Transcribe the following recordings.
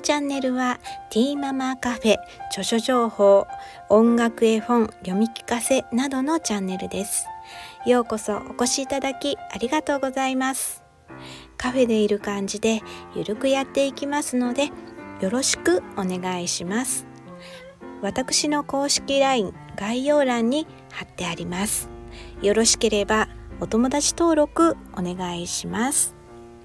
チャンネルはティーママカフェ、著書情報、音楽絵本、読み聞かせなどのチャンネルです。ようこそお越しいただきありがとうございます。カフェでいる感じでゆるくやっていきますので、よろしくお願いします。私の公式 LINE 概要欄に貼ってあります。よろしければお友達登録お願いします。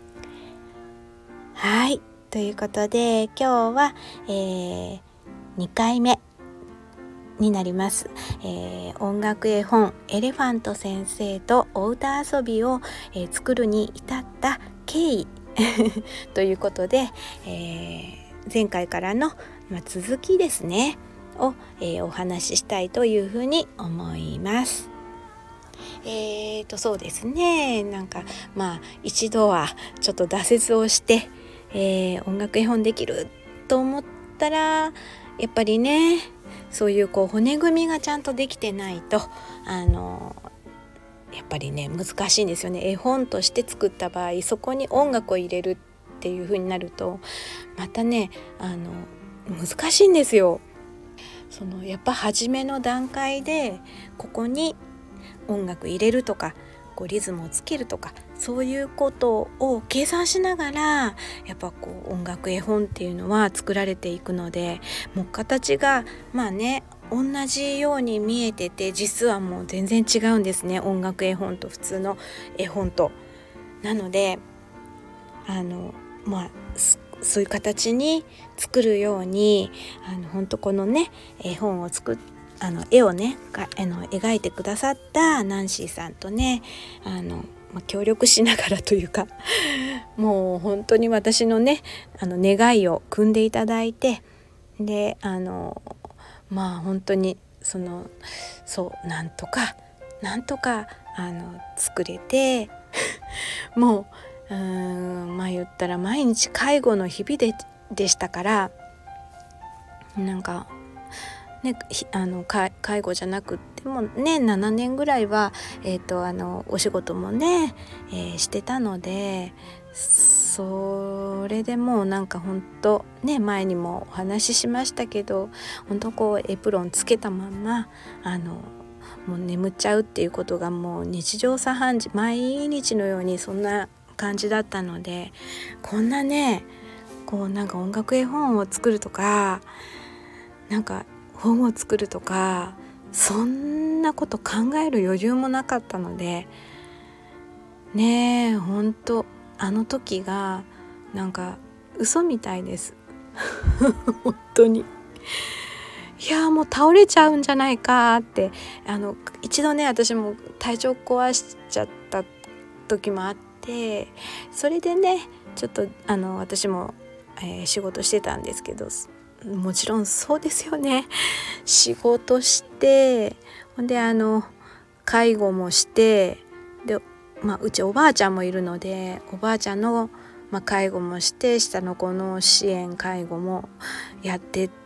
はい、ということで今日は、2回目になります。音楽絵本エレファント先生とお歌遊びを、作るに至った経緯ということで、前回からの、続きですねを、お話ししたいというふうに思います。そうですね、一度はちょっと挫折をして、音楽絵本できると思ったらやっぱりね、そういう骨組みがちゃんとできてないとやっぱりね難しいんですよね。絵本として作った場合、そこに音楽を入れるっていう風になるとまたね難しいんですよ。やっぱ初めの段階でここに音楽入れるとかリズムをつけるとか、そういうことを計算しながらやっぱ音楽絵本っていうのは作られていくので、もう形が同じように見えてて実はもう全然違うんですね、音楽絵本と普通の絵本と。なのでそういう形に作るように本当このね絵本を絵をね描いてくださったナンシーさんとね協力しながらというかもう本当に私のね願いを汲んでいただいて、で本当になんとか作れてもう言ったら毎日介護の日々でしたから、介護じゃなくってもね7年ぐらいは、お仕事もね、してたので、それでもう本当ね、前にもお話ししましたけど、本当エプロンつけたまんまもう眠っちゃうっていうことがもう日常茶飯事、毎日のようにそんな感じだったので、こんなね音楽絵本を作るとか本を作るとかそんなこと考える余裕もなかったのでね、本当あの時が嘘みたいです本当に。いやもう倒れちゃうんじゃないかって一度ね私も体調壊しちゃった時もあって、それでねちょっと私も、仕事してたんですけど、もちろんそうですよね、仕事してほんで介護もしてで、うちおばあちゃんもいるのでおばあちゃんの、介護もして下の子の支援介護もやってって、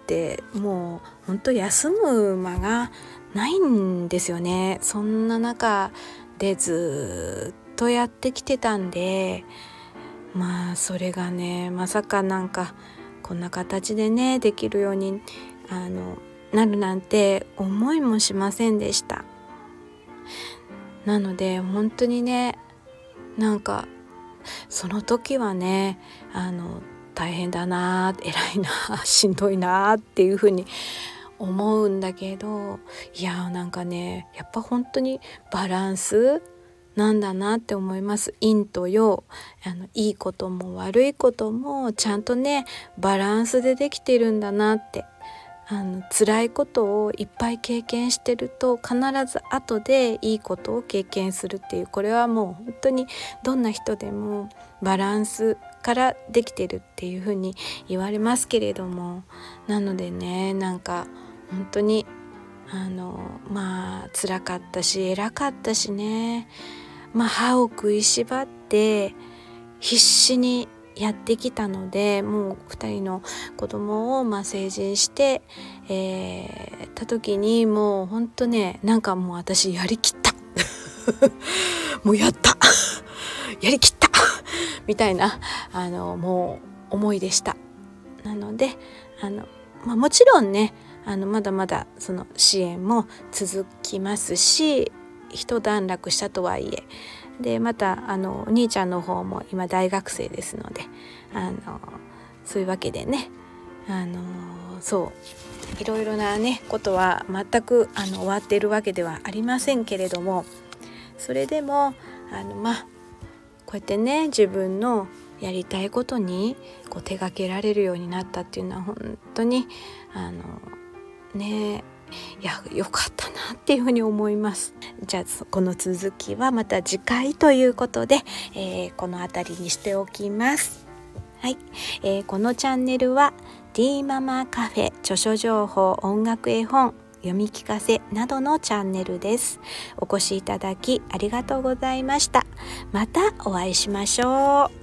もう本当休む間がないんですよね。そんな中でずっとやってきてたんで、それがねまさかこんな形でねできるようになるなんて思いもしませんでした。なので本当にねその時はね大変だな、偉いな、しんどいなっていうふうに思うんだけど、いややっぱ本当にバランスなんだなって思います。陰と陽、いいことも悪いこともちゃんとねバランスでできてるんだなって。辛いことをいっぱい経験してると必ず後でいいことを経験するっていう、これはもう本当にどんな人でもバランスからできてるっていうふうに言われますけれども、なのでね本当に辛かったし偉かったしね、歯を食いしばって必死にやってきたので、もう2人の子供を成人してた時にもう本当ねもう私やりきったもうやったやりきったみたいなもう思いでした。 なのでもちろんねまだまだその支援も続きますし、一段落したとはいえでまたお兄ちゃんの方も今大学生ですのでそういうわけでねそういろいろなねことは全く終わっているわけではありませんけれども、それでもこうやってね自分のやりたいことに手がけられるようになったっていうのは本当によかったなっていうふうに思います。じゃあこの続きはまた次回ということで、この辺りにしておきます。はい、このチャンネルは D ママカフェ、著書情報、音楽絵本、読み聞かせなどのチャンネルです。お越しいただきありがとうございました。またお会いしましょう。